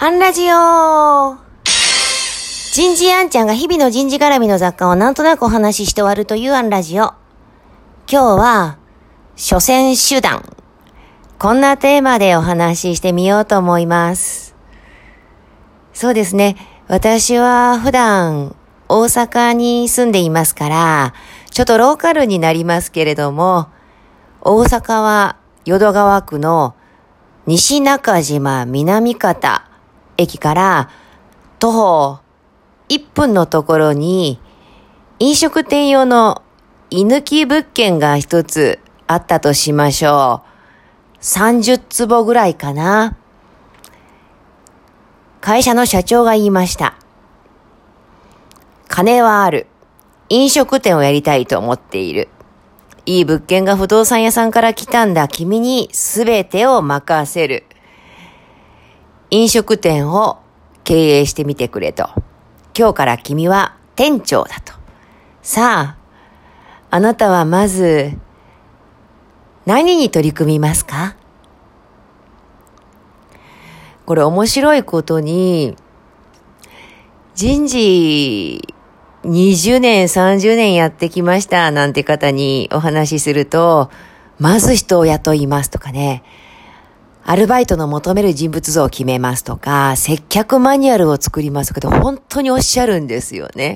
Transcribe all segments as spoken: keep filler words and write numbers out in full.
アンラジオ人事アンちゃんが日々の人事絡みの雑貨をなんとなくお話しして終わるというアンラジオ。今日は、所詮手段。こんなテーマでお話ししてみようと思います。そうですね。私は普段大阪に住んでいますから、ちょっとローカルになりますけれども、大阪は淀川区の西中島南方駅から徒歩いっぷんのところに飲食店用の居抜き物件が一つあったとしましょう。さんじゅっつぼぐらいかな。会社の社長が言いました。金はある。飲食店をやりたいと思っている。いい物件が不動産屋さんから来たんだ。君にすべてを任せる。飲食店を経営してみてくれと。今日から君は店長だと。さあ、あなたはまず何に取り組みますか？これ面白いことに、人事にじゅうねん、さんじゅうねんやってきましたなんて方にお話しすると、まず人を雇いますとかね、アルバイトの求める人物像を決めますとか、接客マニュアルを作りますとか、本当におっしゃるんですよね。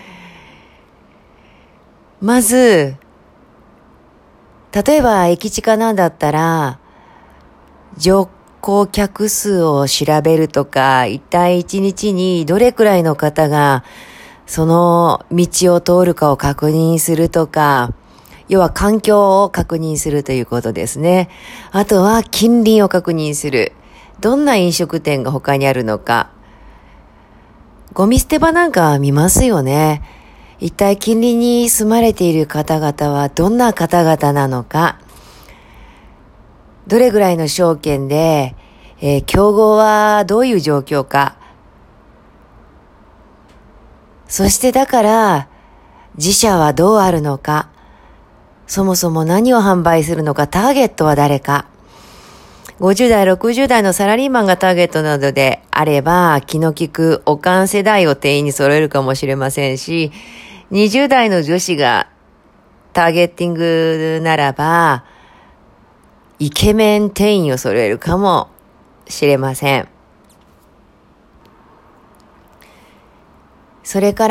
まず、例えば駅近なんだったら、乗降客数を調べるとか、一体一日にどれくらいの方がその道を通るかを確認するとか、要は環境を確認するということですね。あとは近隣を確認する。どんな飲食店が他にあるのか。ゴミ捨て場なんか見ますよね。一体近隣に住まれている方々はどんな方々なのか。どれぐらいの証券で、えー、競合はどういう状況か。そしてだから、自社はどうあるのか。そもそも何を販売するのか、ターゲットは誰か。ごじゅう代、ろくじゅう代のサラリーマンがターゲットなどであれば、気の利くおかん世代を店員に揃えるかもしれませんし、にじゅう代の女子がターゲッティングならば、イケメン店員を揃えるかもしれません。それから、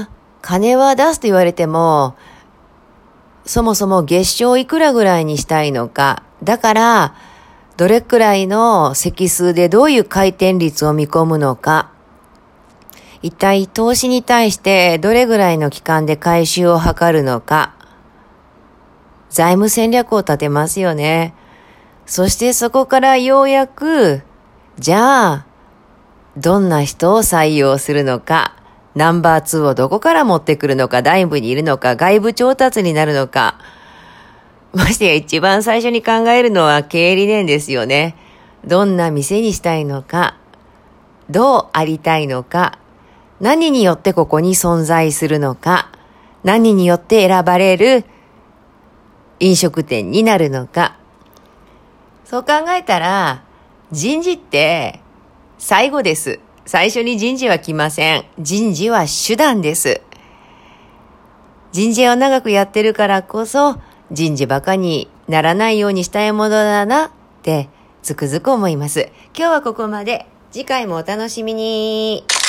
金は出すと言われても、そもそも月賞いくらぐらいにしたいのか。だから、どれくらいの席数でどういう回転率を見込むのか。一体投資に対してどれぐらいの期間で回収を図るのか。財務戦略を立てますよね。そしてそこからようやく、じゃあ、どんな人を採用するのか。ナンバーツーをどこから持ってくるのか、内部にいるのか、外部調達になるのか。ましてや一番最初に考えるのは経営理念ですよね。どんな店にしたいのか、どうありたいのか、何によってここに存在するのか、何によって選ばれる飲食店になるのか。そう考えたら、人事って最後です。最初に人事は来ません。人事は手段です。人事を長くやってるからこそ、人事ばかにならないようにしたいものだなってつくづく思います。今日はここまで。次回もお楽しみに。